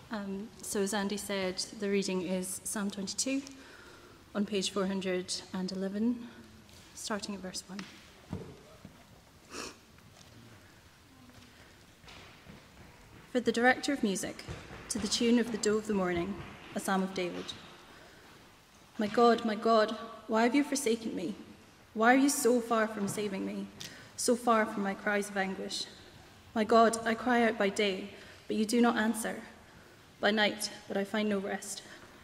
So as Andy said, the reading is Psalm 22 on page 411, starting at verse 1. For the director of music, to the tune of the Doe of the Morning, a psalm of David. My God, why have you forsaken me? Why are you so far from saving me, so far from my cries of anguish? My God, I cry out by day, but you do not answer, by night, but I find no rest.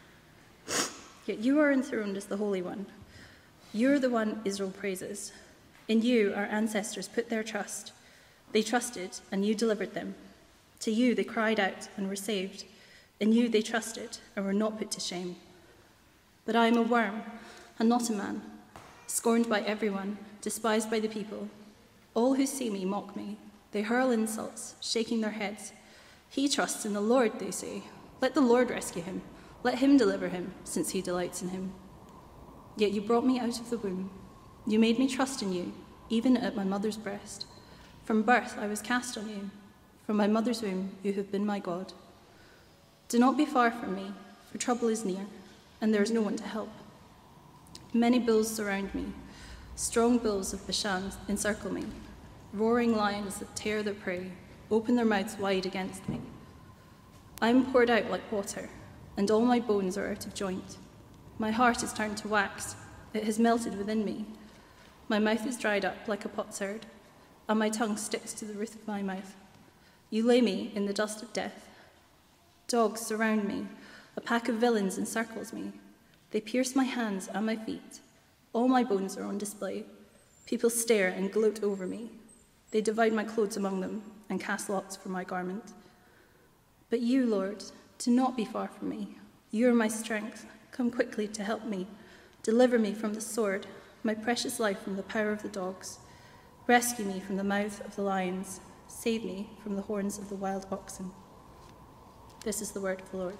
Yet you are enthroned as the Holy One. You are the one Israel praises. In you our ancestors put their trust. They trusted, and you delivered them. To you they cried out and were saved. In you they trusted and were not put to shame. But I am a worm and not a man, scorned by everyone, despised by the people. All who see me mock me. They hurl insults, shaking their heads. He trusts in the Lord, they say. Let the Lord rescue him. Let him deliver him, since he delights in him. Yet you brought me out of the womb. You made me trust in you, even at my mother's breast. From birth I was cast on you. From my mother's womb you have been my God. Do not be far from me, for trouble is near, and there is no one to help. Many bulls surround me. Strong bulls of Bashan encircle me. Roaring lions that tear their prey open their mouths wide against me. I am poured out like water, and all my bones are out of joint. My heart is turned to wax. It has melted within me. My mouth is dried up like a potsherd, and my tongue sticks to the roof of my mouth. You lay me in the dust of death. Dogs surround me. A pack of villains encircles me. They pierce my hands and my feet. All my bones are on display. People stare and gloat over me. They divide my clothes among them and cast lots for my garment. But you, Lord, do not be far from me. You are my strength. Come quickly to help me. Deliver me from the sword, my precious life from the power of the dogs. Rescue me from the mouth of the lions. Save me from the horns of the wild oxen. This is the word of the Lord.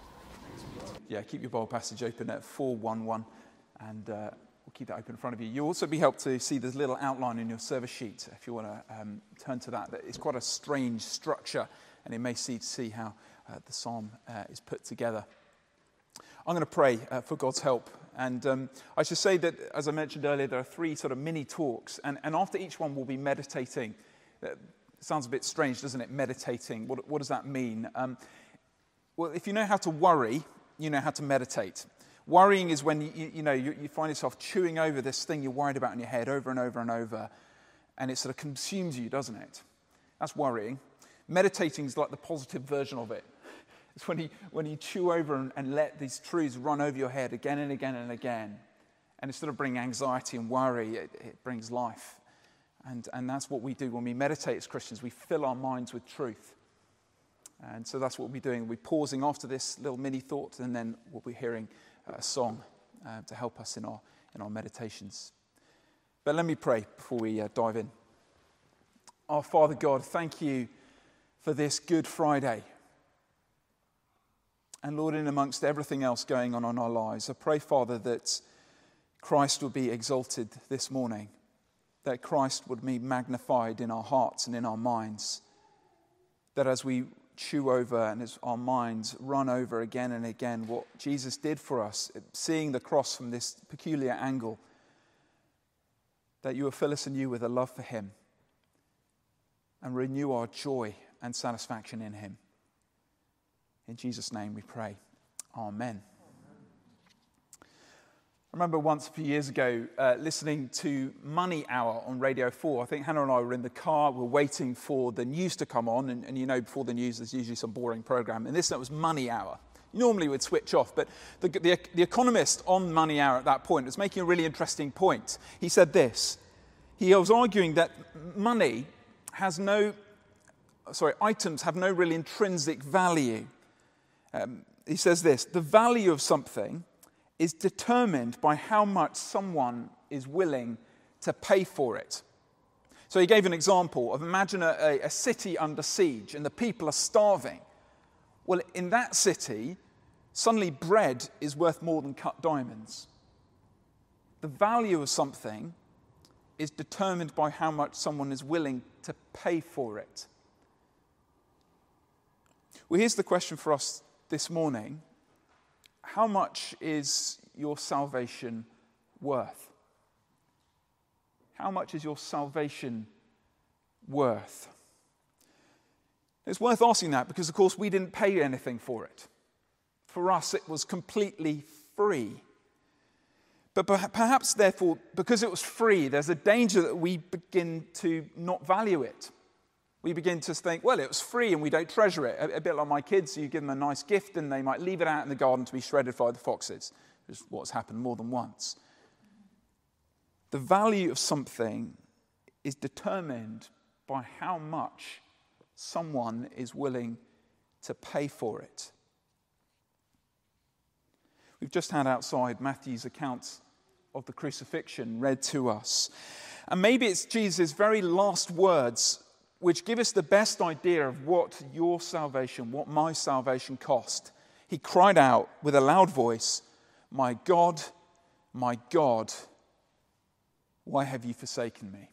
Yeah, keep your Bible passage open at 411, and we'll keep that open in front of you. You'll also be helped to see this little outline in your service sheet if you want to turn to that. It's quite a strange structure, and it may see how the psalm is put together. I'm going to pray for God's help. And I should say that, as I mentioned earlier, there are 3 sort of mini talks, and after each one we'll be meditating. Sounds a bit strange, doesn't it? Meditating. What does that mean? Well, if you know how to worry, you know how to meditate. Worrying is when you find yourself chewing over this thing you're worried about in your head over and over and over, and it sort of consumes you, doesn't it? That's worrying. Meditating is like the positive version of it. It's when you chew over and let these truths run over your head again and again and again, and instead of bringing anxiety and worry, it brings life. And that's what we do when we meditate as Christians. We fill our minds with truth. And so that's what we'll be doing. We'll be pausing after this little mini thought, and then we'll be hearing a song to help us in our meditations. But let me pray before we dive in. Our Father God, thank you for this Good Friday. And Lord, in amongst everything else going on in our lives, I pray, Father, that Christ will be exalted this morning, that Christ would be magnified in our hearts and in our minds, that as we chew over and as our minds run over again and again what Jesus did for us, seeing the cross from this peculiar angle, that you will fill us anew with a love for him and renew our joy and satisfaction in him. In Jesus' name we pray. Amen. I remember once a few years ago listening to Money Hour on Radio 4. I think Hannah and I were in the car, we were waiting for the news to come on, and you know before the news there's usually some boring programme, and this was Money Hour. You normally would switch off, but the economist on Money Hour at that point was making a really interesting point. He said this, he was arguing that items have no really intrinsic value. He says this, the value of something is determined by how much someone is willing to pay for it. So he gave an example of imagine a city under siege and the people are starving. Well, in that city, suddenly bread is worth more than cut diamonds. The value of something is determined by how much someone is willing to pay for it. Well, here's the question for us this morning. How much is your salvation worth? How much is your salvation worth? It's worth asking that because, of course, we didn't pay anything for it. For us, it was completely free. But perhaps, therefore, because it was free, there's a danger that we begin to not value it. We begin to think, well, it was free and we don't treasure it. A bit like my kids, you give them a nice gift and they might leave it out in the garden to be shredded by the foxes, which is what's happened more than once. The value of something is determined by how much someone is willing to pay for it. We've just had outside Matthew's account of the crucifixion read to us. And maybe it's Jesus' very last words which give us the best idea of what your salvation, what my salvation cost. He cried out with a loud voice, my God, why have you forsaken me?"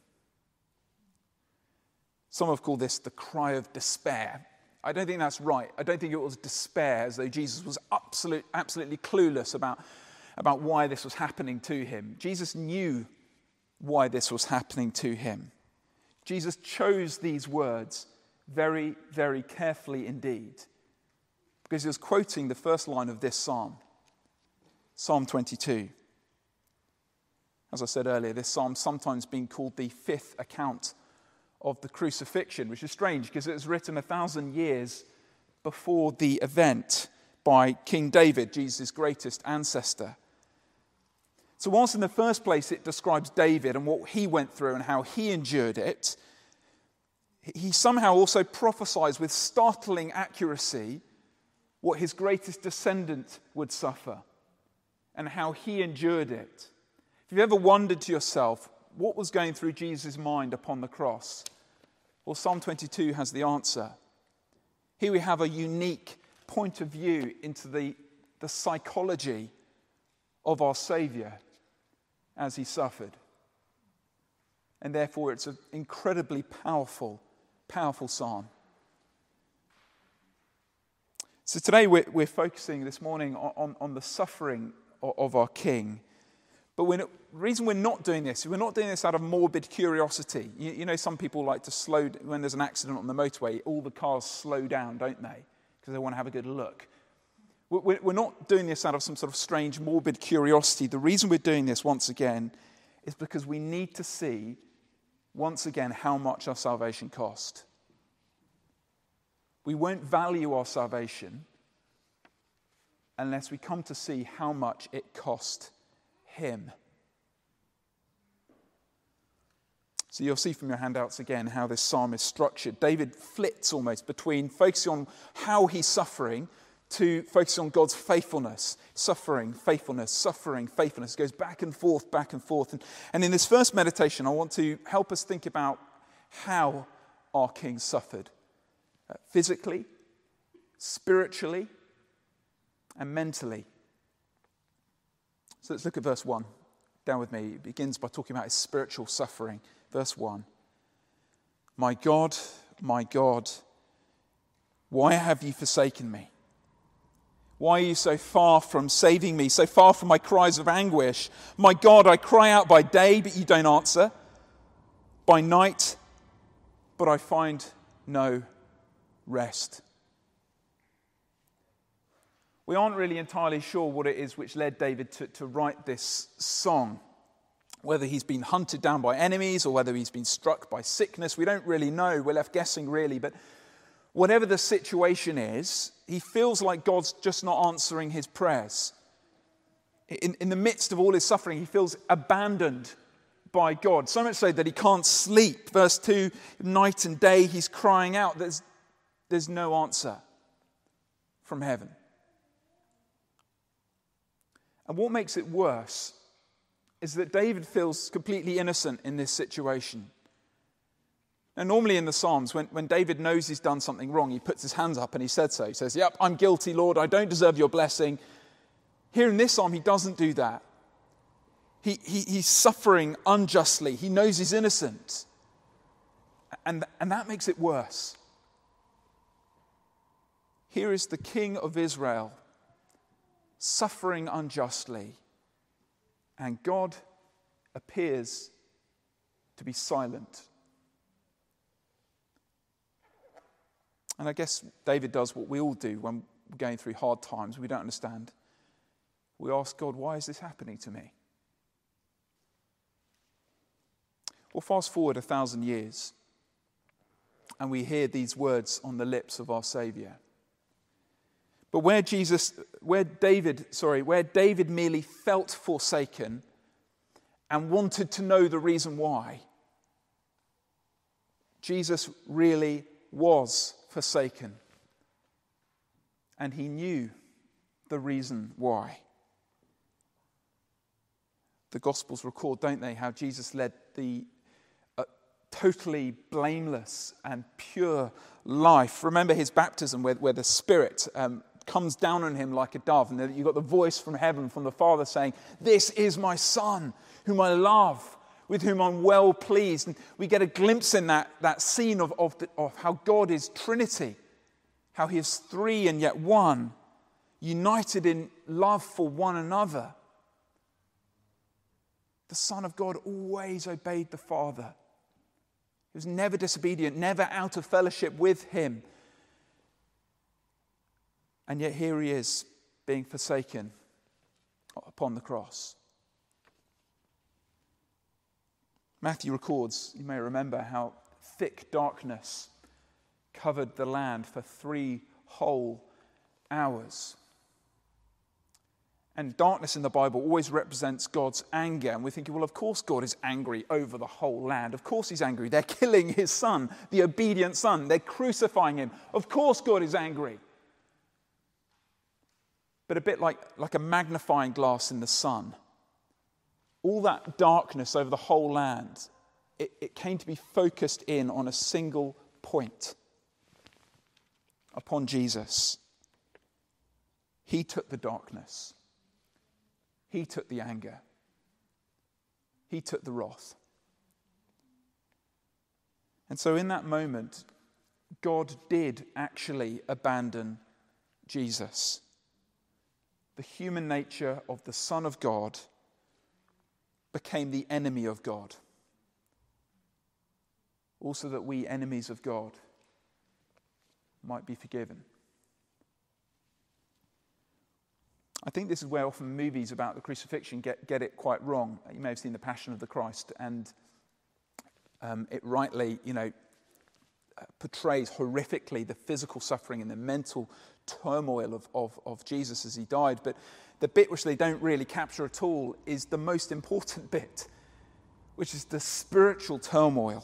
Some have called this the cry of despair. I don't think that's right. I don't think it was despair, as though Jesus was absolutely clueless about why this was happening to him. Jesus knew why this was happening to him. Jesus chose these words very, very carefully indeed, because he was quoting the first line of this psalm, Psalm 22. As I said earlier, this psalm sometimes been called the fifth account of the crucifixion, which is strange because it was written 1,000 years before the event by King David, Jesus' greatest ancestor. So whilst in the first place it describes David and what he went through and how he endured it, he somehow also prophesies with startling accuracy what his greatest descendant would suffer and how he endured it. If you've ever wondered to yourself what was going through Jesus' mind upon the cross, well, Psalm 22 has the answer. Here we have a unique point of view into the psychology of our Saviour as he suffered. And therefore it's an incredibly powerful psalm. So today we're focusing this morning on the suffering of our King. But the reason we're not doing this out of morbid curiosity. You know, some people like to slow, when there's an accident on the motorway, all the cars slow down, don't they? Because they want to have a good look. We're not doing this out of some sort of strange morbid curiosity. The reason we're doing this, once again, is because we need to see, once again, how much our salvation cost. We won't value our salvation unless we come to see how much it cost him. So you'll see from your handouts again how this psalm is structured. David flits almost between focusing on how he's suffering to focusing on God's faithfulness. Suffering, faithfulness, suffering, faithfulness. It goes back and forth, back and forth. And in this first meditation, I want to help us think about how our King suffered. Physically, spiritually, and mentally. So let's look at verse 1. Down with me. It begins by talking about his spiritual suffering. Verse 1. My God, why have you forsaken me? Why are you so far from saving me, so far from my cries of anguish? My God, I cry out by day, but you don't answer. By night, but I find no rest. We aren't really entirely sure what it is which led David to write this song. Whether he's been hunted down by enemies or whether he's been struck by sickness, we don't really know. We're left guessing, really. But whatever the situation is, he feels like God's just not answering his prayers. In the midst of all his suffering, he feels abandoned by God. So much so that he can't sleep. Verse 2, night and day he's crying out. There's no answer from heaven. And what makes it worse is that David feels completely innocent in this situation. And normally in the Psalms, when David knows he's done something wrong, he puts his hands up and he said so. He says, yep, I'm guilty, Lord, I don't deserve your blessing. Here in this psalm, he doesn't do that. He's suffering unjustly. He knows he's innocent. And that makes it worse. Here is the King of Israel suffering unjustly, and God appears to be silent. And I guess David does what we all do when we're going through hard times we don't understand. We ask God, why is this happening to me? Well, fast forward 1,000 years, and we hear these words on the lips of our Saviour. But where David merely felt forsaken and wanted to know the reason why, Jesus really was forsaken. And he knew the reason why. The Gospels record, don't they, how Jesus led the totally blameless and pure life. Remember his baptism where the Spirit comes down on him like a dove, and you've got the voice from heaven, from the Father saying, "This is my Son, whom I love, with whom I'm well pleased." And we get a glimpse in that scene of how God is Trinity, how he is three and yet one, united in love for one another. The Son of God always obeyed the Father. He was never disobedient, never out of fellowship with him. And yet here he is, being forsaken upon the cross. Matthew records, you may remember, how thick darkness covered the land for 3 whole hours. And darkness in the Bible always represents God's anger. And we're thinking, well, of course God is angry over the whole land. Of course he's angry. They're killing his Son, the obedient Son. They're crucifying him. Of course God is angry. But a bit like a magnifying glass in the sun, all that darkness over the whole land, it came to be focused in on a single point, upon Jesus. He took the darkness. He took the anger. He took the wrath. And so in that moment, God did actually abandon Jesus. The human nature of the Son of God became the enemy of God. Also that we, enemies of God, might be forgiven. I think this is where often movies about the crucifixion get it quite wrong. You may have seen The Passion of the Christ, and it rightly, portrays horrifically the physical suffering and the mental turmoil of Jesus as he died. But the bit which they don't really capture at all is the most important bit, which is the spiritual turmoil.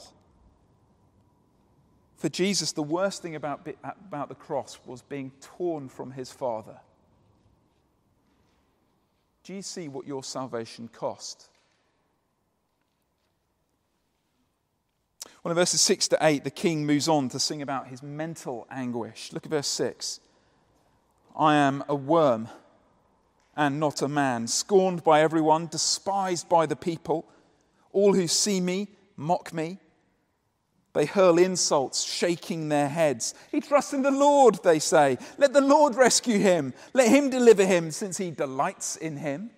For Jesus, the worst thing about the cross was being torn from his Father. Do you see what your salvation cost? Well, in verses 6 to 8, the king moves on to sing about his mental anguish. Look at verse 6. "I am a worm and not a man, scorned by everyone, despised by the people. All who see me mock me. They hurl insults, shaking their heads. 'He trusts in the Lord,' they say. 'Let the Lord rescue him. Let him deliver him, since he delights in him.'"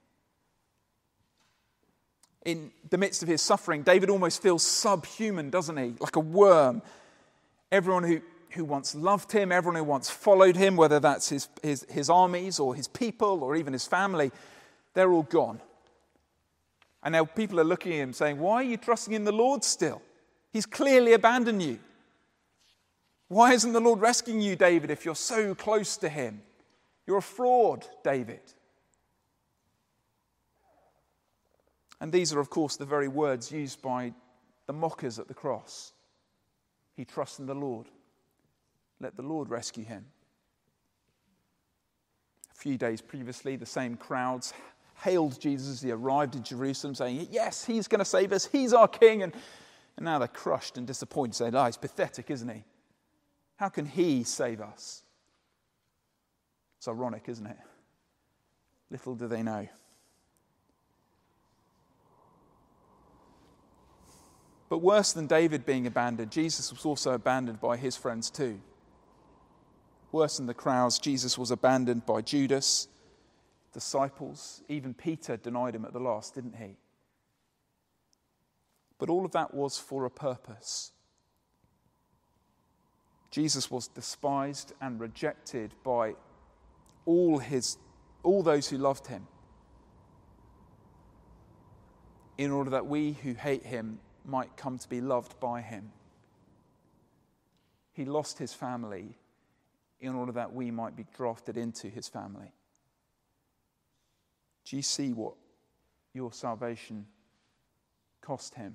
In the midst of his suffering, David almost feels subhuman, doesn't he? Like a worm. Everyone who once loved him, everyone who once followed him, whether that's his armies or his people or even his family, they're all gone. And now people are looking at him saying, "Why are you trusting in the Lord still? He's clearly abandoned you. Why isn't the Lord rescuing you, David, if you're so close to him? You're a fraud, David." And these are, of course, the very words used by the mockers at the cross. He trusts in the Lord. Let the Lord rescue him. A few days previously, the same crowds hailed Jesus as he arrived in Jerusalem, saying, "Yes, he's going to save us. He's our king." And now they're crushed and disappointed, saying, "Oh, he's pathetic, isn't he? How can he save us?" It's ironic, isn't it? Little do they know. But worse than David being abandoned, Jesus was also abandoned by his friends too. Worse than the crowds, Jesus was abandoned by Judas, disciples. Even Peter denied him at the last, didn't he? But all of that was for a purpose. Jesus was despised and rejected by all those who loved him, in order that we who hate him might come to be loved by him. He lost his family in order that we might be drafted into his family. Do you see what your salvation cost him?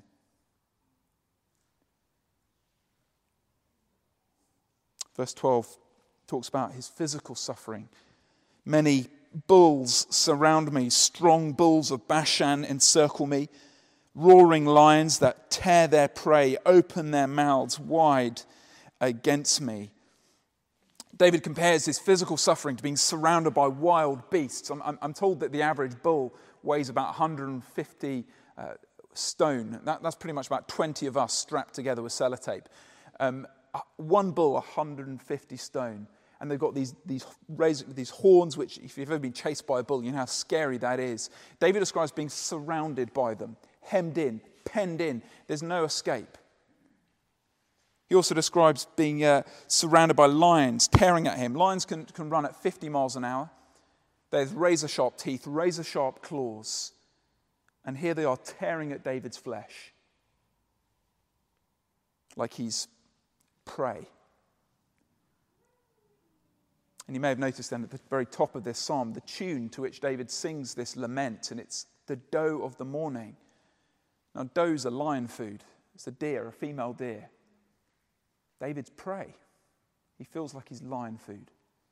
Verse 12 talks about his physical suffering. Many bulls surround me, strong bulls of Bashan encircle me, roaring lions that tear their prey, open their mouths wide against me. David compares his physical suffering to being surrounded by wild beasts. I'm told that the average bull weighs about 150 stone. That's pretty much about 20 of us strapped together with sellotape. One bull, 150 stone. And they've got these horns, which if you've ever been chased by a bull, you know how scary that is. David describes being surrounded by them, hemmed in, penned in. There's no escape. He also describes being surrounded by lions tearing at him. Lions can run at 50 miles an hour. There's razor-sharp teeth, razor-sharp claws. And here they are tearing at David's flesh like he's prey. And you may have noticed then at the very top of this psalm, the tune to which David sings this lament, and it's the doe of the morning. Now, does are lion food. It's a deer, a female deer. David's prey. He feels like he's lion food.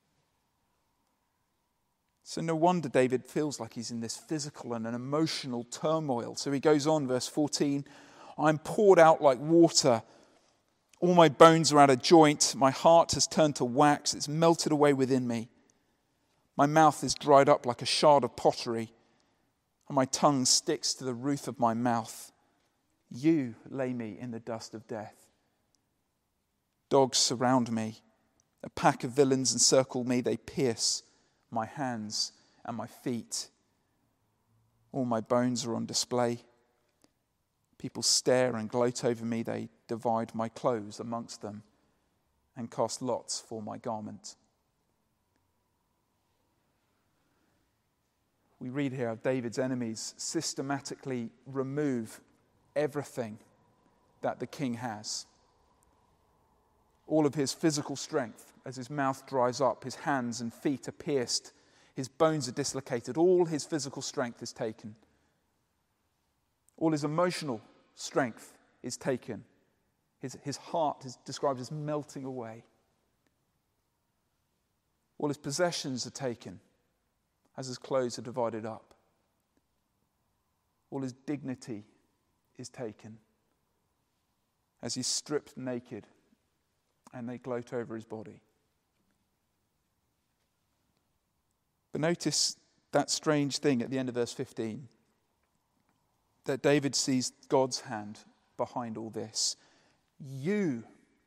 So no wonder David feels like he's in this physical and an emotional turmoil. So he goes on, verse 14, I'm poured out like water. All my bones are out of joint. My heart has turned to wax. It's melted away within me. My mouth is dried up like a shard of pottery, and my tongue sticks to the roof of my mouth. You lay me in the dust of death. Dogs surround me. A pack of villains encircle me. They pierce my hands and my feet. All my bones are on display. People stare and gloat over me. They divide my clothes amongst them and cast lots for my garment. We read here how David's enemies systematically remove everything that the king has. All of his physical strength, as his mouth dries up, his hands and feet are pierced, his bones are dislocated, all his physical strength is taken. All his emotional strength is taken. His heart is described as melting away. All his possessions are taken as his clothes are divided up. All his dignity is taken as he's stripped naked and they gloat over his body. But notice that strange thing at the end of verse 15, that David sees God's hand behind all this. You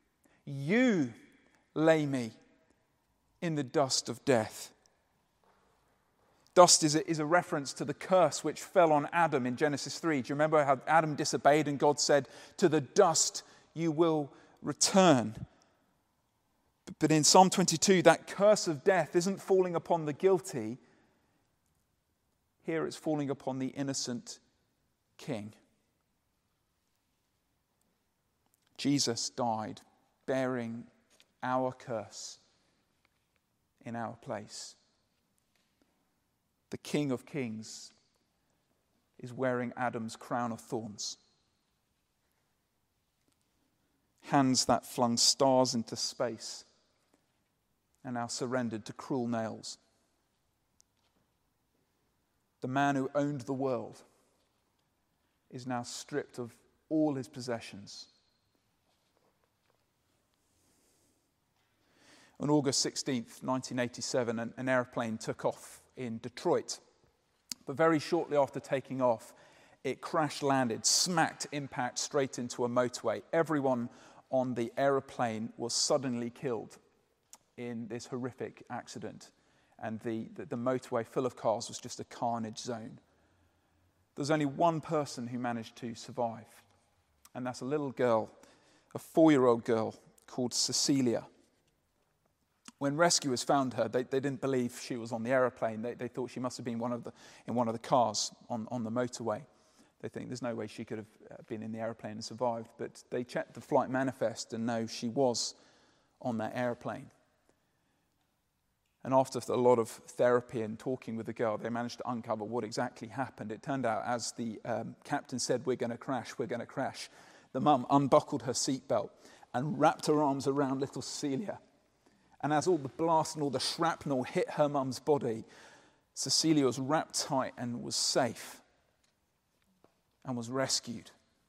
lay me in the dust of death. Dust is a reference to the curse which fell on Adam in Genesis 3. Do you remember how Adam disobeyed and God said, to the dust you will return? But in Psalm 22, that curse of death isn't falling upon the guilty. Here it's falling upon the innocent king. Jesus died bearing our curse in our place. The King of Kings is wearing Adam's crown of thorns. Hands that flung stars into space are now surrendered to cruel nails. The man who owned the world is now stripped of all his possessions. On August 16th, 1987, an airplane took off in Detroit. But very shortly after taking off, it crash-landed, smacked impact straight into a motorway. Everyone on the airplane was suddenly killed. in this horrific accident, and the motorway full of cars was just a carnage zone. There's only one person who managed to survive, and that's a little girl, a 4-year-old girl called Cecilia. When rescuers found her, they didn't believe she was on the aeroplane. They thought she must have been in one of the cars on the motorway. They think there's no way she could have been in the aeroplane and survived. But they checked the flight manifest and no, she was on that aeroplane. And after a lot of therapy and talking with the girl, they managed to uncover what exactly happened. It turned out, as the captain said, we're going to crash. The mum unbuckled her seatbelt and wrapped her arms around little Cecilia. And as all the blast and all the shrapnel hit her mum's body, Cecilia was wrapped tight and was safe and was rescued.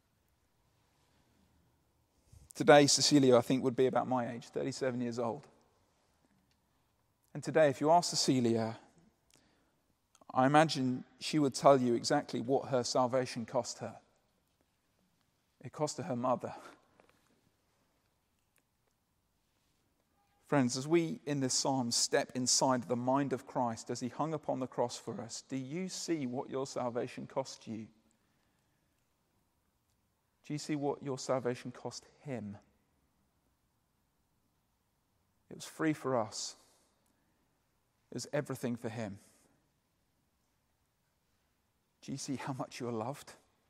Today, Cecilia, I think, would be about my age, 37 years old. And today, if you ask Cecilia, I imagine she would tell you exactly what her salvation cost her. It cost her mother. Friends, as we in this psalm step inside the mind of Christ as he hung upon the cross for us, do you see what your salvation cost you? Do you see what your salvation cost him? It was free for us. It was everything for him. Do you see how much you are loved?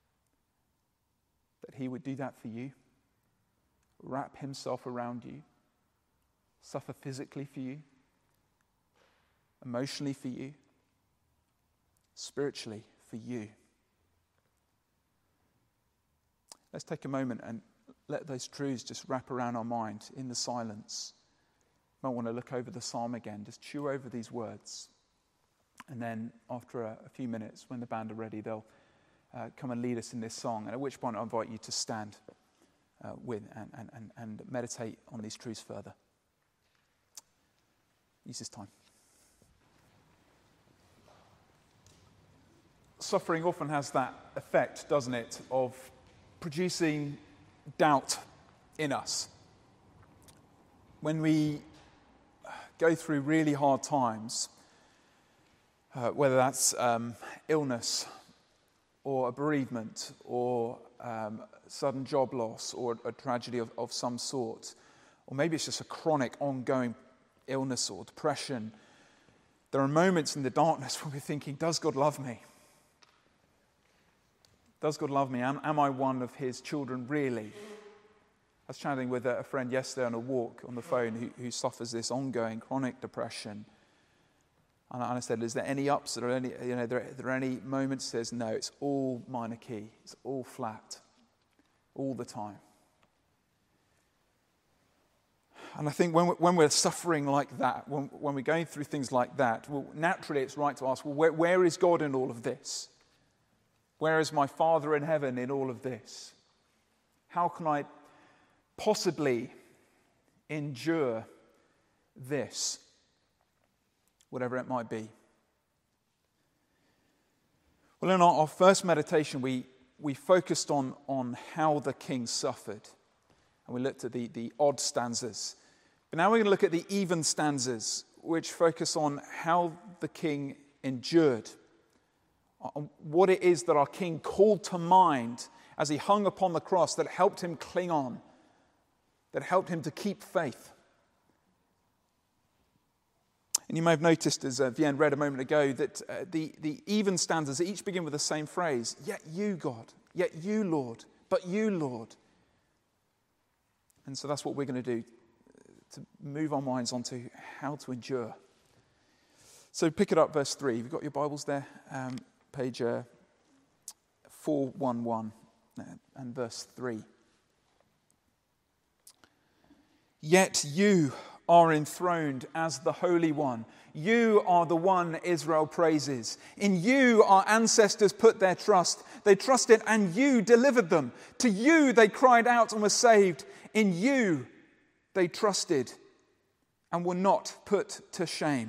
That he would do that for you, wrap himself around you, suffer physically for you, emotionally for you, spiritually for you. Let's take a moment and let those truths just wrap around our mind in the silence. You might want to look over the psalm again, just chew over these words. And then after a few minutes, when the band are ready, they'll come and lead us in this song. And at which point I invite you to stand and meditate on these truths further. Use this time. Suffering often has that effect, doesn't it, of producing doubt in us. When we go through really hard times, whether that's illness or a bereavement or sudden job loss or a tragedy of some sort, or maybe it's just a chronic ongoing illness or depression, there are moments in the darkness when we're thinking, does God love me? Does God love me? Am I one of his children really? I was chatting with a friend yesterday on a walk on the phone who suffers this ongoing chronic depression. And I said, is there any ups? Are there any moments? He says, no, it's all minor key. It's all flat. All the time. And I think when we're suffering like that, when we're going through things like that, well, naturally it's right to ask, well, where is God in all of this? Where is my Father in heaven in all of this? How can I possibly endure this, whatever it might be? Well, in our first meditation, we focused on how the king suffered. And we looked at the odd stanzas. But now we're going to look at the even stanzas, which focus on how the king endured. What it is that our king called to mind as he hung upon the cross that helped him cling on, that helped him to keep faith. And you may have noticed, as Vienne read a moment ago, that the even stanzas each begin with the same phrase, yet you, God, yet you, Lord, but you, Lord. And so that's what we're going to do, to move our minds onto how to endure. So pick it up, verse 3. You've got your Bibles there, page 411 and verse 3. Yet you are enthroned as the Holy One. You are the one Israel praises. In you our ancestors put their trust. They trusted and you delivered them. To you they cried out and were saved. In you they trusted and were not put to shame.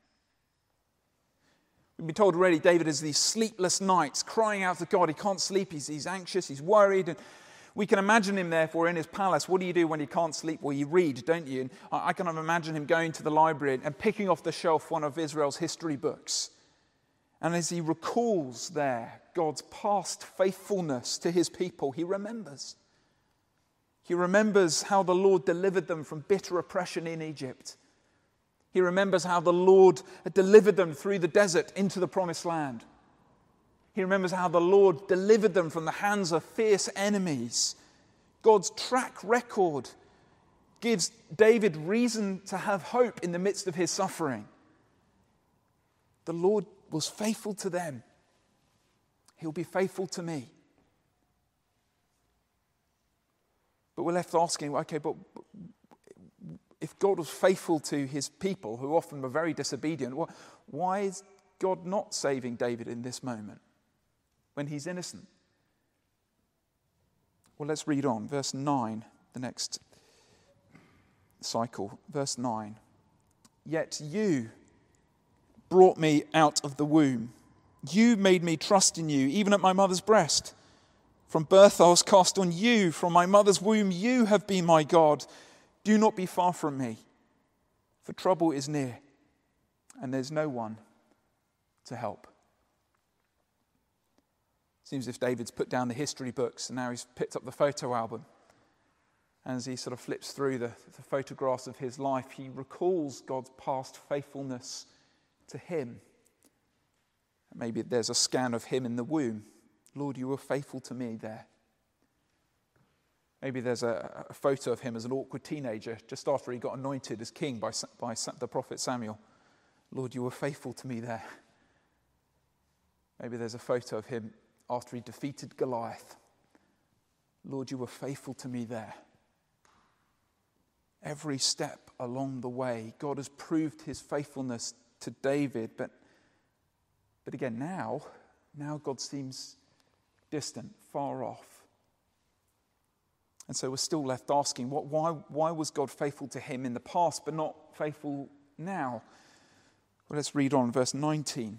We've been told already David has these sleepless nights crying out to God. He can't sleep. He's anxious. He's worried. And We can imagine him, therefore, in his palace. What do you do when you can't sleep? Well, you read, don't you? And I can imagine him going to the library and picking off the shelf one of Israel's history books. And as he recalls there God's past faithfulness to his people, he remembers. He remembers how the Lord delivered them from bitter oppression in Egypt. He remembers how the Lord had delivered them through the desert into the promised land. He remembers how the Lord delivered them from the hands of fierce enemies. God's track record gives David reason to have hope in the midst of his suffering. The Lord was faithful to them. He'll be faithful to me. But we're left asking, okay, but if God was faithful to his people, who often were very disobedient, why is God not saving David in this moment when he's innocent? Well, let's read on. Verse 9, the next cycle. Verse 9. Yet you brought me out of the womb. You made me trust in you, even at my mother's breast. From birth I was cast on you. From my mother's womb you have been my God. Do not be far from me, for trouble is near, and there's no one to help. Seems as if David's put down the history books and now he's picked up the photo album. And as he sort of flips through the photographs of his life, he recalls God's past faithfulness to him. Maybe there's a scan of him in the womb. Lord, you were faithful to me there. Maybe there's a photo of him as an awkward teenager just after he got anointed as king by the prophet Samuel. Lord, you were faithful to me there. Maybe there's a photo of him after he defeated Goliath. Lord, you were faithful to me there. Every step along the way, God has proved his faithfulness to David. But again, now God seems distant, far off. And so we're still left asking, why was God faithful to him in the past but not faithful now? Well, let's read on, verse 19.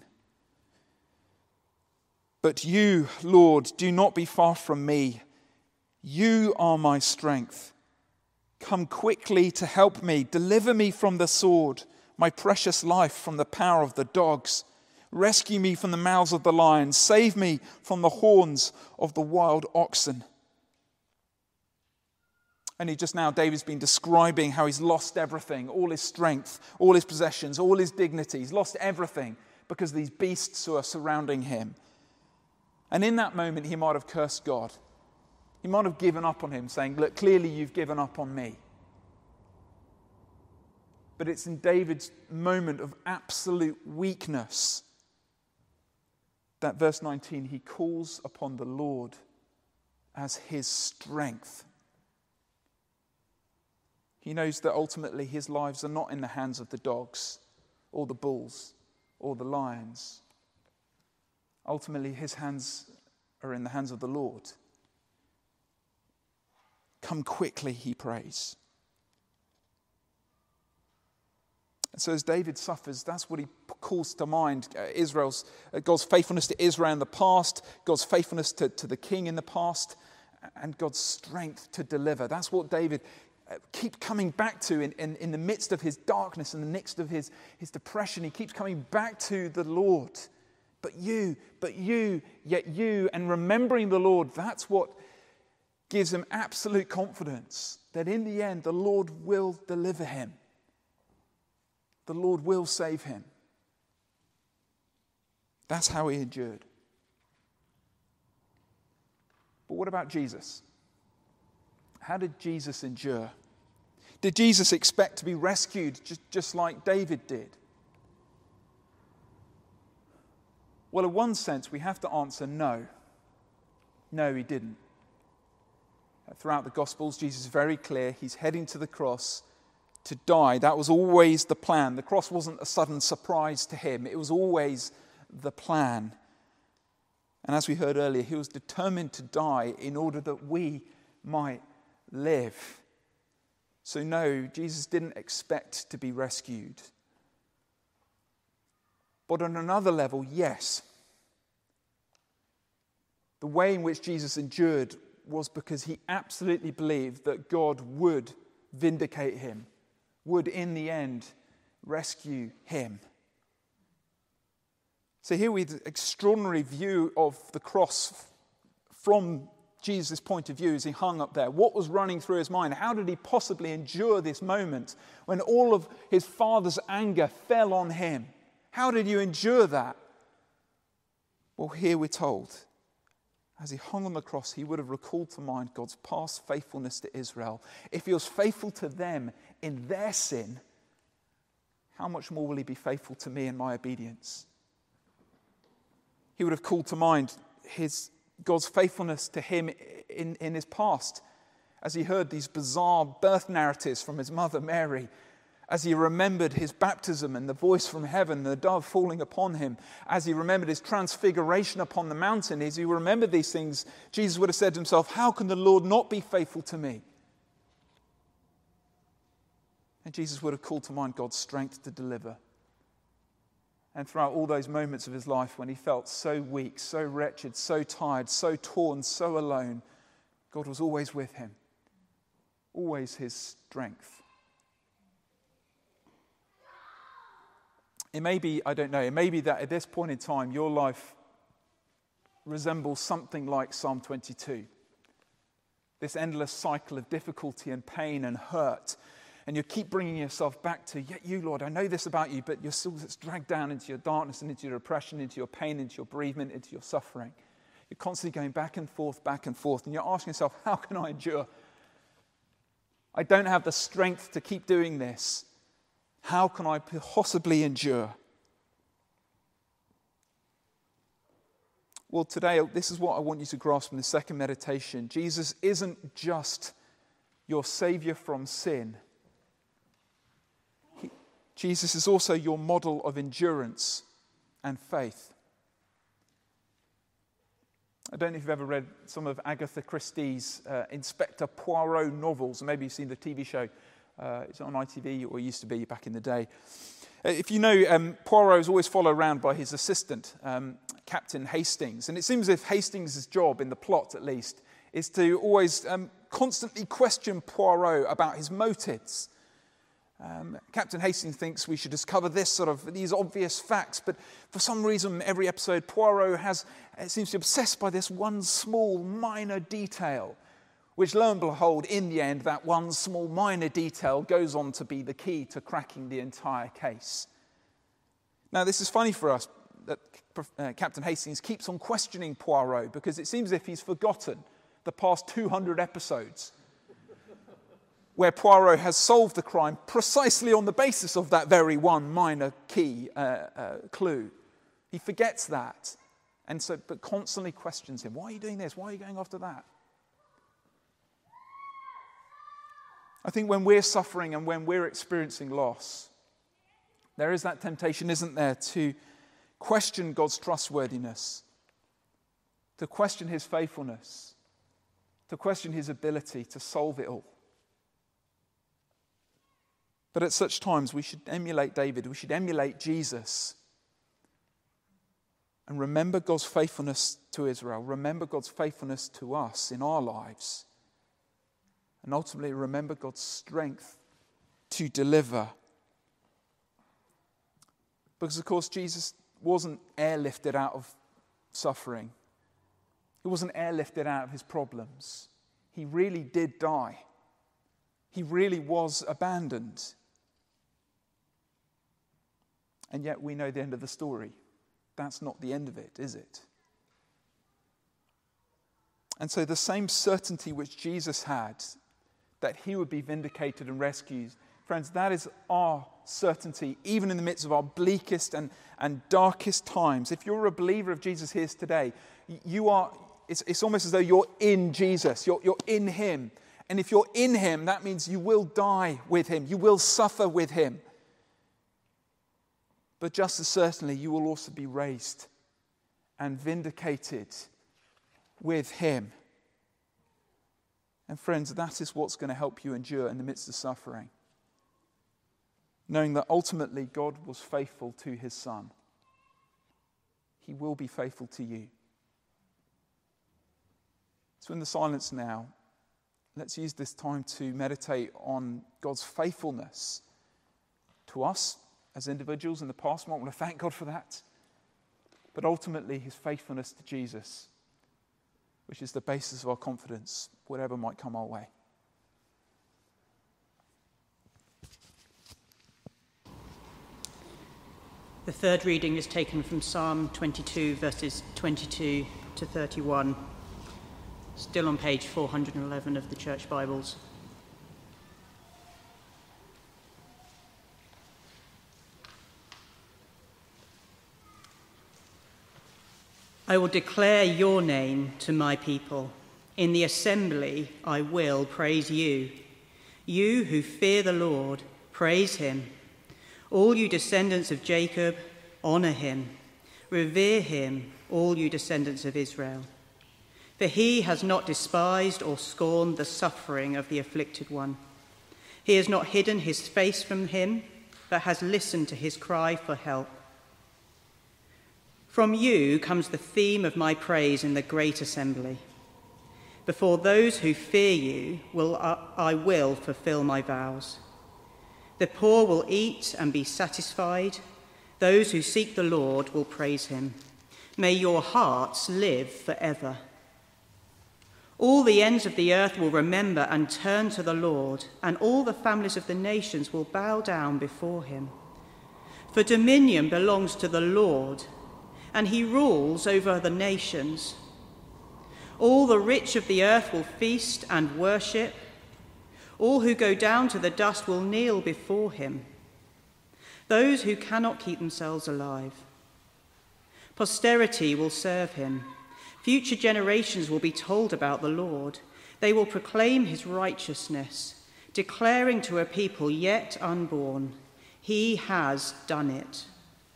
But you, Lord, do not be far from me. You are my strength. Come quickly to help me. Deliver me from the sword, my precious life from the power of the dogs. Rescue me from the mouths of the lions. Save me from the horns of the wild oxen. Only just now, David's been describing how he's lost everything, all his strength, all his possessions, all his dignity. He's lost everything because of these beasts who are surrounding him. And in that moment, he might have cursed God. He might have given up on him, saying, look, clearly you've given up on me. But it's in David's moment of absolute weakness that verse 19, he calls upon the Lord as his strength. He knows that ultimately his lives are not in the hands of the dogs or the bulls or the lions. Ultimately, his hands are in the hands of the Lord. Come quickly, he prays. And so as David suffers, that's what he calls to mind. God's faithfulness to Israel in the past, God's faithfulness to the king in the past, and God's strength to deliver. That's what David keeps coming back to in the midst of his darkness, in the midst of his depression. He keeps coming back to the Lord. But you, yet you, and remembering the Lord, that's what gives him absolute confidence that in the end the Lord will deliver him. The Lord will save him. That's how he endured. But what about Jesus? How did Jesus endure? Did Jesus expect to be rescued just like David did? Well, in one sense, we have to answer no. No, he didn't. Throughout the Gospels, Jesus is very clear. He's heading to the cross to die. That was always the plan. The cross wasn't a sudden surprise to him. It was always the plan. And as we heard earlier, he was determined to die in order that we might live. So no, Jesus didn't expect to be rescued. But on another level, yes. The way in which Jesus endured was because he absolutely believed that God would vindicate him, would in the end rescue him. So here we have an extraordinary view of the cross from Jesus' point of view as he hung up there. What was running through his mind? How did he possibly endure this moment when all of his Father's anger fell on him? How did you endure that? Well, here we're told, as he hung on the cross, he would have recalled to mind God's past faithfulness to Israel. If he was faithful to them in their sin, how much more will he be faithful to me in my obedience? He would have called to mind God's faithfulness to him in his past, as he heard these bizarre birth narratives from his mother Mary, as he remembered his baptism and the voice from heaven, the dove falling upon him, as he remembered his transfiguration upon the mountain. As he remembered these things, Jesus would have said to himself, how can the Lord not be faithful to me? And Jesus would have called to mind God's strength to deliver. And throughout all those moments of his life when he felt so weak, so wretched, so tired, so torn, so alone, God was always with him, always his strength. It may be, I don't know, it may be that at this point in time your life resembles something like Psalm 22. This endless cycle of difficulty and pain and hurt. And you keep bringing yourself back to, yet you, Lord, I know this about you, but you're still dragged down into your darkness and into your oppression, into your pain, into your bereavement, into your suffering. You're constantly going back and forth, and you're asking yourself, how can I endure? I don't have the strength to keep doing this. How can I possibly endure? Well, today, this is what I want you to grasp in the second meditation. Jesus isn't just your Savior from sin. Jesus is also your model of endurance and faith. I don't know if you've ever read some of Agatha Christie's Inspector Poirot novels. Maybe you've seen the TV show. It's on ITV, or used to be back in the day. If you know, Poirot is always followed around by his assistant, Captain Hastings. And it seems as if Hastings' job, in the plot at least, is to always constantly question Poirot about his motives. Captain Hastings thinks we should discover these obvious facts, but for some reason, every episode, Poirot seems to be obsessed by this one small, minor detail, which, lo and behold, in the end, that one small, minor detail goes on to be the key to cracking the entire case. Now, this is funny for us that Captain Hastings keeps on questioning Poirot, because it seems as if he's forgotten the past 200 episodes where Poirot has solved the crime precisely on the basis of that very one minor key clue. He forgets that, but constantly questions him. Why are you doing this? Why are you going after that? I think when we're suffering and when we're experiencing loss, there is that temptation, isn't there, to question God's trustworthiness, to question his faithfulness, to question his ability to solve it all. But at such times, we should emulate David. We should emulate Jesus. And remember God's faithfulness to Israel. Remember God's faithfulness to us in our lives. And ultimately, remember God's strength to deliver. Because, of course, Jesus wasn't airlifted out of suffering. He wasn't airlifted out of his problems. He really did die. He really was abandoned. And yet we know the end of the story. That's not the end of it, is it? And so the same certainty which Jesus had, that he would be vindicated and rescued, friends, that is our certainty, even in the midst of our bleakest and darkest times. If you're a believer of Jesus here today, it's almost as though you're in Jesus, you're in him. And if you're in him, that means you will die with him, you will suffer with him. But just as certainly, you will also be raised and vindicated with him. And friends, that is what's going to help you endure in the midst of suffering. Knowing that ultimately God was faithful to his Son. He will be faithful to you. So in the silence now, let's use this time to meditate on God's faithfulness to us as individuals in the past. We might want to thank God for that. But ultimately, his faithfulness to Jesus, which is the basis of our confidence, whatever might come our way. The third reading is taken from Psalm 22, verses 22 to 31, still on page 411 of the Church Bibles. I will declare your name to my people. In the assembly I will praise you. You who fear the Lord, praise him. All you descendants of Jacob, honour him. Revere him, all you descendants of Israel. For he has not despised or scorned the suffering of the afflicted one. He has not hidden his face from him, but has listened to his cry for help. From you comes the theme of my praise in the great assembly. Before those who fear you, I will fulfill my vows. The poor will eat and be satisfied. Those who seek the Lord will praise him. May your hearts live forever. All the ends of the earth will remember and turn to the Lord, and all the families of the nations will bow down before him. For dominion belongs to the Lord, and he rules over the nations. All the rich of the earth will feast and worship. All who go down to the dust will kneel before him, those who cannot keep themselves alive. Posterity will serve him. Future generations will be told about the Lord. They will proclaim his righteousness, declaring to a people yet unborn, he has done it.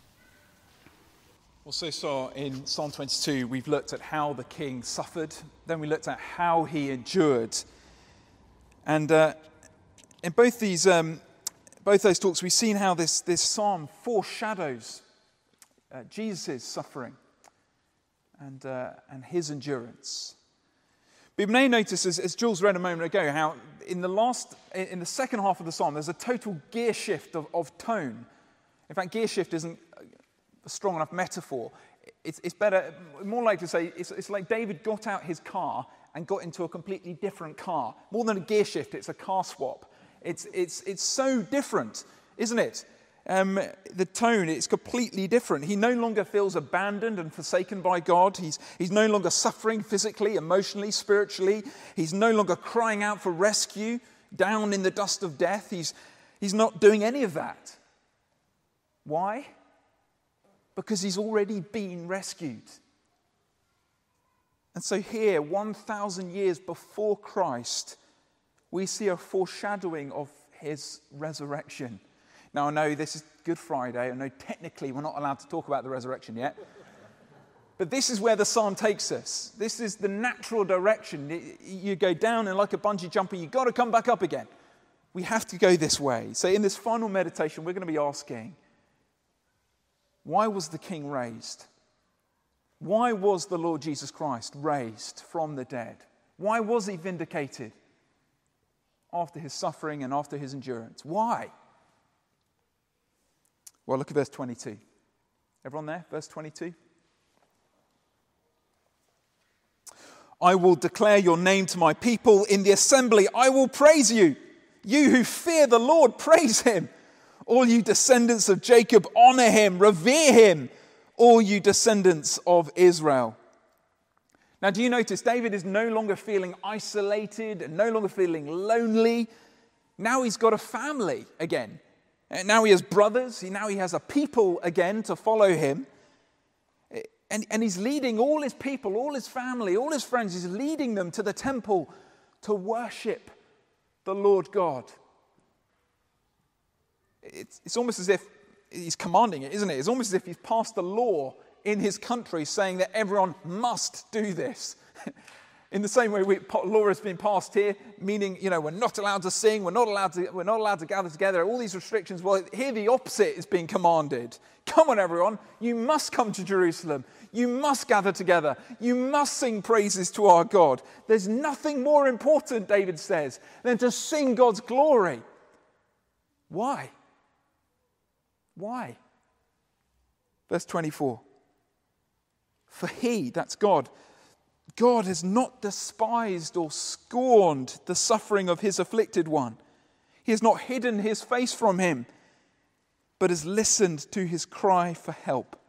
Also saw in Psalm 22, we've looked at how the king suffered, then we looked at how he endured. And in both those talks, we've seen how this psalm foreshadows Jesus' suffering and his endurance. But you may notice, as Jules read a moment ago, how in the second half of the psalm, there's a total gear shift of tone. In fact, gear shift isn't a strong enough metaphor. It's better, more like to say, it's like David got out his car and got into a completely different car. More than a gear shift, it's a car swap. It's so different, isn't it? The tone, it's completely different. He no longer feels abandoned and forsaken by God. He's no longer suffering physically, emotionally, spiritually. He's no longer crying out for rescue down in the dust of death. He's not doing any of that. Why? Because he's already been rescued. And so here, 1,000 years before Christ, we see a foreshadowing of his resurrection. Now, I know this is Good Friday. I know technically we're not allowed to talk about the resurrection yet. But this is where the psalm takes us. This is the natural direction. You go down and like a bungee jumper, you've got to come back up again. We have to go this way. So in this final meditation, we're going to be asking, why was the king raised? Why was the Lord Jesus Christ raised from the dead? Why was he vindicated after his suffering and after his endurance? Why? Well, look at verse 22. Everyone there? Verse 22. I will declare your name to my people. In the assembly I will praise you. You who fear the Lord, praise him. All you descendants of Jacob, honor him, revere him. All you descendants of Israel. Now, do you notice David is no longer feeling isolated and no longer feeling lonely? Now he's got a family again. And now he has brothers. Now he has a people again to follow him. And he's leading all his people, all his family, all his friends. He's leading them to the temple to worship the Lord God. It's almost as if he's commanding it, isn't it? It's almost as if he's passed a law in his country saying that everyone must do this. In the same way, law has been passed here, meaning, we're not allowed to sing, we're not allowed to gather together, all these restrictions. Well, here the opposite is being commanded. come on everyone, you must come to Jerusalem. You must gather together. You must sing praises to our God. There's nothing more important, David says, than to sing God's glory. Why? Why? Verse 24. For he, that's God, God has not despised or scorned the suffering of his afflicted one. He has not hidden his face from him, but has listened to his cry for help.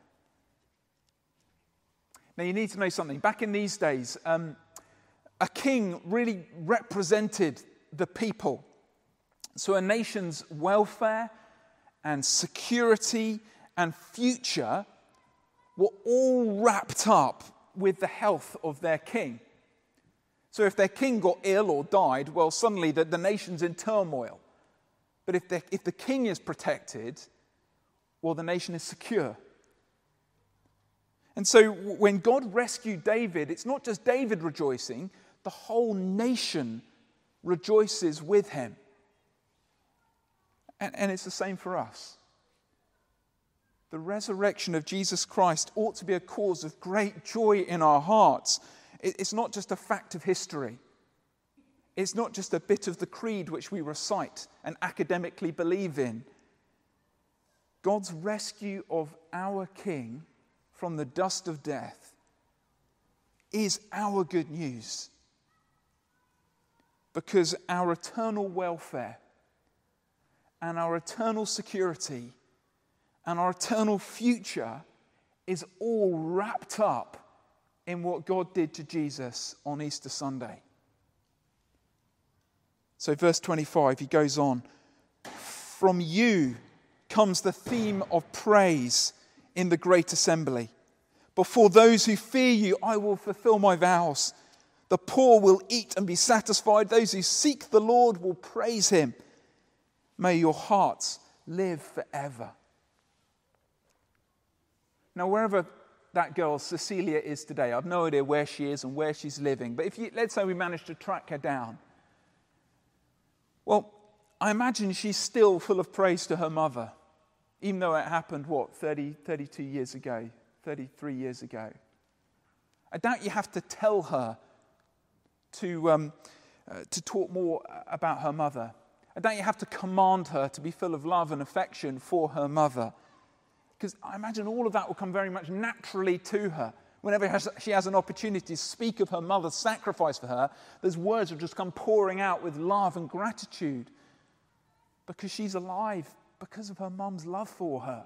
Now you need to know something. Back in these days, a king really represented the people. So a nation's welfare and security and future were all wrapped up with the health of their king. So if their king got ill or died, well, suddenly the nation's in turmoil. But if the king is protected, well, the nation is secure. And so when God rescued David, it's not just David rejoicing, the whole nation rejoices with him. And it's the same for us. The resurrection of Jesus Christ ought to be a cause of great joy in our hearts. It's not just a fact of history. It's not just a bit of the creed which we recite and academically believe in. God's rescue of our King from the dust of death is our good news. Because our eternal welfare and our eternal security and our eternal future is all wrapped up in what God did to Jesus on Easter Sunday. So verse 25, he goes on. From you comes the theme of praise in the great assembly. Before those who fear you, I will fulfill my vows. The poor will eat and be satisfied. Those who seek the Lord will praise him. May your hearts live forever. Now, wherever that girl, Cecilia, is today, I've no idea where she is and where she's living. But let's say we managed to track her down. Well, I imagine she's still full of praise to her mother, even though it happened, 32 years ago, 33 years ago. I doubt you have to tell her to talk more about her mother. I doubt you have to command her to be full of love and affection for her mother. Because I imagine all of that will come very much naturally to her. Whenever she has an opportunity to speak of her mother's sacrifice for her, those words will just come pouring out with love and gratitude. Because she's alive, because of her mum's love for her.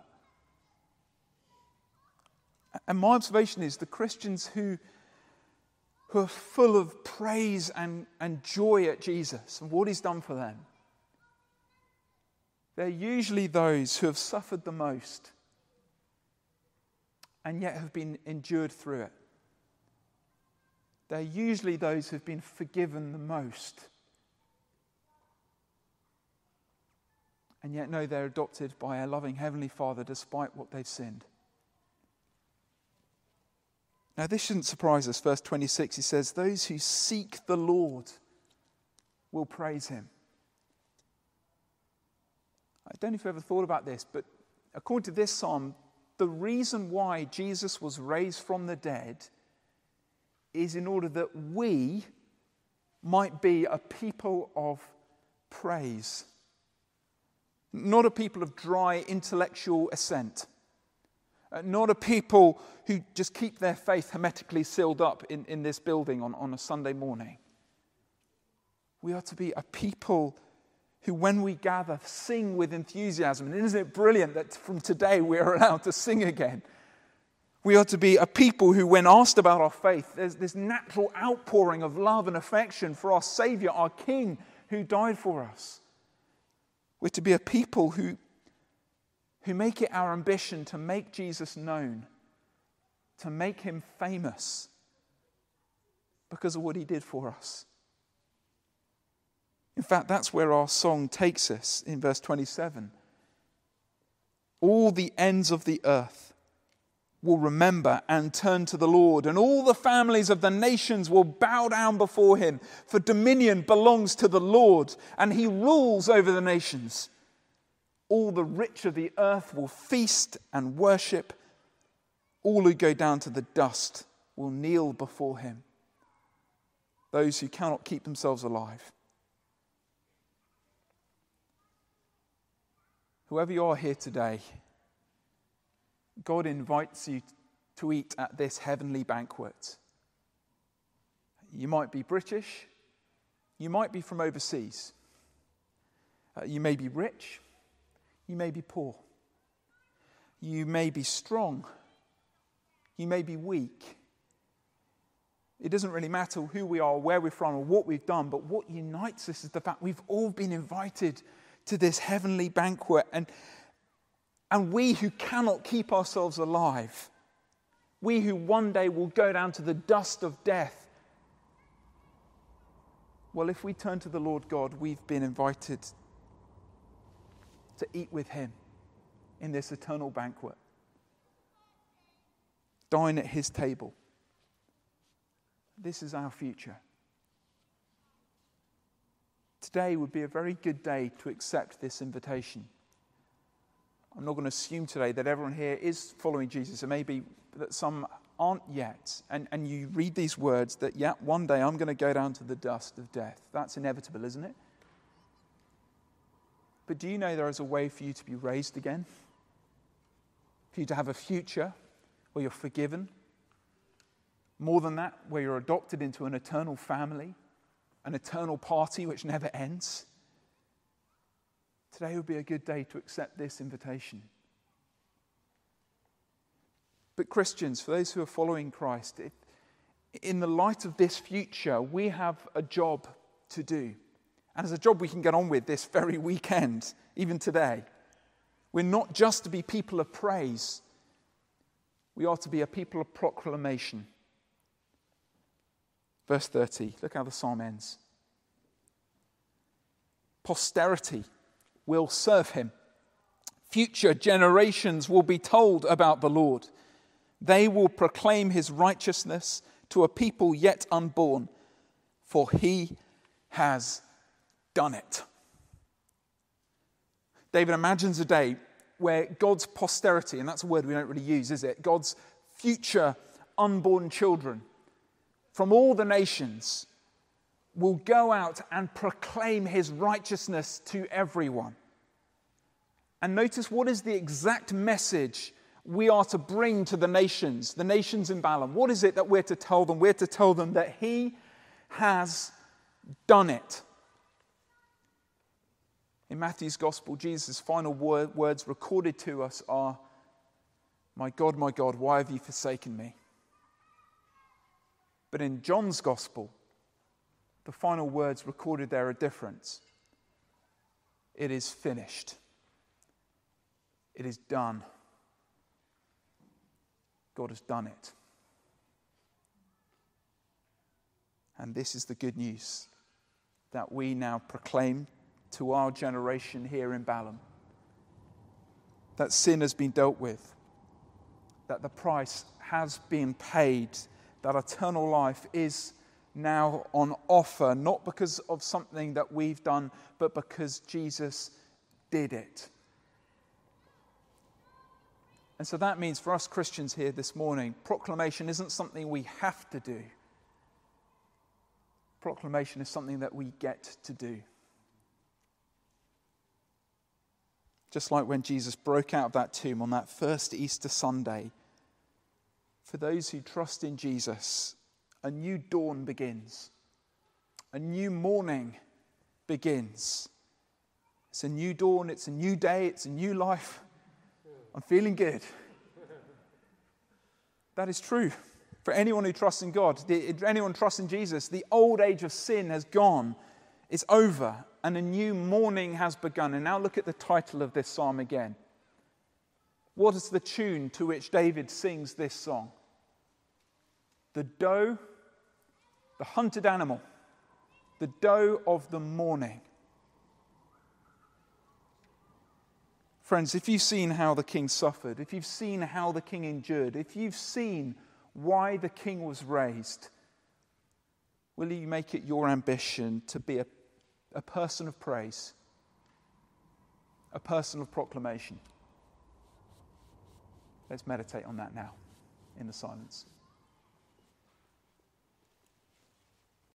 And my observation is the Christians who are full of praise and joy at Jesus and what he's done for them, they're usually those who have suffered the most and yet have been endured through it. They're usually those who have been forgiven the most and yet know they're adopted by a loving Heavenly Father despite what they've sinned. Now this shouldn't surprise us. Verse 26, he says, those who seek the Lord will praise him. I don't know if you've ever thought about this, but according to this psalm, the reason why Jesus was raised from the dead is in order that we might be a people of praise. Not a people of dry intellectual assent. Not a people who just keep their faith hermetically sealed up in this building on a Sunday morning. We are to be a people who, when we gather, sing with enthusiasm. And isn't it brilliant that from today we are allowed to sing again? We are to be a people who, when asked about our faith, there's this natural outpouring of love and affection for our Saviour, our King, who died for us. We're to be a people who make it our ambition to make Jesus known, to make him famous because of what he did for us. In fact, that's where our song takes us in verse 27. All the ends of the earth will remember and turn to the Lord, and all the families of the nations will bow down before him, for dominion belongs to the Lord, and he rules over the nations. All the rich of the earth will feast and worship. All who go down to the dust will kneel before him. Those who cannot keep themselves alive. Whoever you are here today, God invites you to eat at this heavenly banquet. You might be British. You might be from overseas. You may be rich. You may be poor. You may be strong. You may be weak. It doesn't really matter who we are, where we're from, or what we've done, but what unites us is the fact we've all been invited to this heavenly banquet. And we who cannot keep ourselves alive, we who one day will go down to the dust of death, well, if we turn to the Lord God, we've been invited to eat with him in this eternal banquet. Dine at his table. This is our future. Today would be a very good day to accept this invitation. I'm not going to assume today that everyone here is following Jesus. It may be that some aren't yet. And you read these words that, yeah, one day I'm going to go down to the dust of death. That's inevitable, isn't it? But do you know there is a way for you to be raised again? For you to have a future where you're forgiven? More than that, where you're adopted into an eternal family, an eternal party which never ends? Today would be a good day to accept this invitation. But Christians, for those who are following Christ, in the light of this future, we have a job to do. And it's a job we can get on with this very weekend, even today. We're not just to be people of praise. We are to be a people of proclamation. Verse 30, look how the psalm ends. Posterity will serve him. Future generations will be told about the Lord. They will proclaim his righteousness to a people yet unborn, for he has done it. David imagines a day where God's posterity, and that's a word we don't really use, is it? God's future unborn children from all the nations will go out and proclaim his righteousness to everyone. And notice what is the exact message we are to bring to the nations in Balaam. What is it that we're to tell them? We're to tell them that he has done it. In Matthew's Gospel, Jesus' final words recorded to us are, my God, why have you forsaken me? But in John's Gospel, the final words recorded there are different. It is finished. It is done. God has done it. And this is the good news that we now proclaim to our generation here in Balaam. That sin has been dealt with. That the price has been paid. That eternal life is now on offer, not because of something that we've done, but because Jesus did it. And so that means for us Christians here this morning, proclamation isn't something we have to do. Proclamation is something that we get to do. Just like when Jesus broke out of that tomb on that first Easter Sunday, for those who trust in Jesus, a new dawn begins. A new morning begins. It's a new dawn, it's a new day, it's a new life. I'm feeling good. That is true. For anyone who trusts in God, anyone trusts in Jesus, the old age of sin has gone. It's over. And a new morning has begun. And now look at the title of this psalm again. What is the tune to which David sings this song? The doe, the hunted animal, the doe of the morning. Friends, if you've seen how the king suffered, if you've seen how the king endured, if you've seen why the king was raised, will you make it your ambition to be a person of praise? a person of proclamation. Let's meditate on that now in the silence.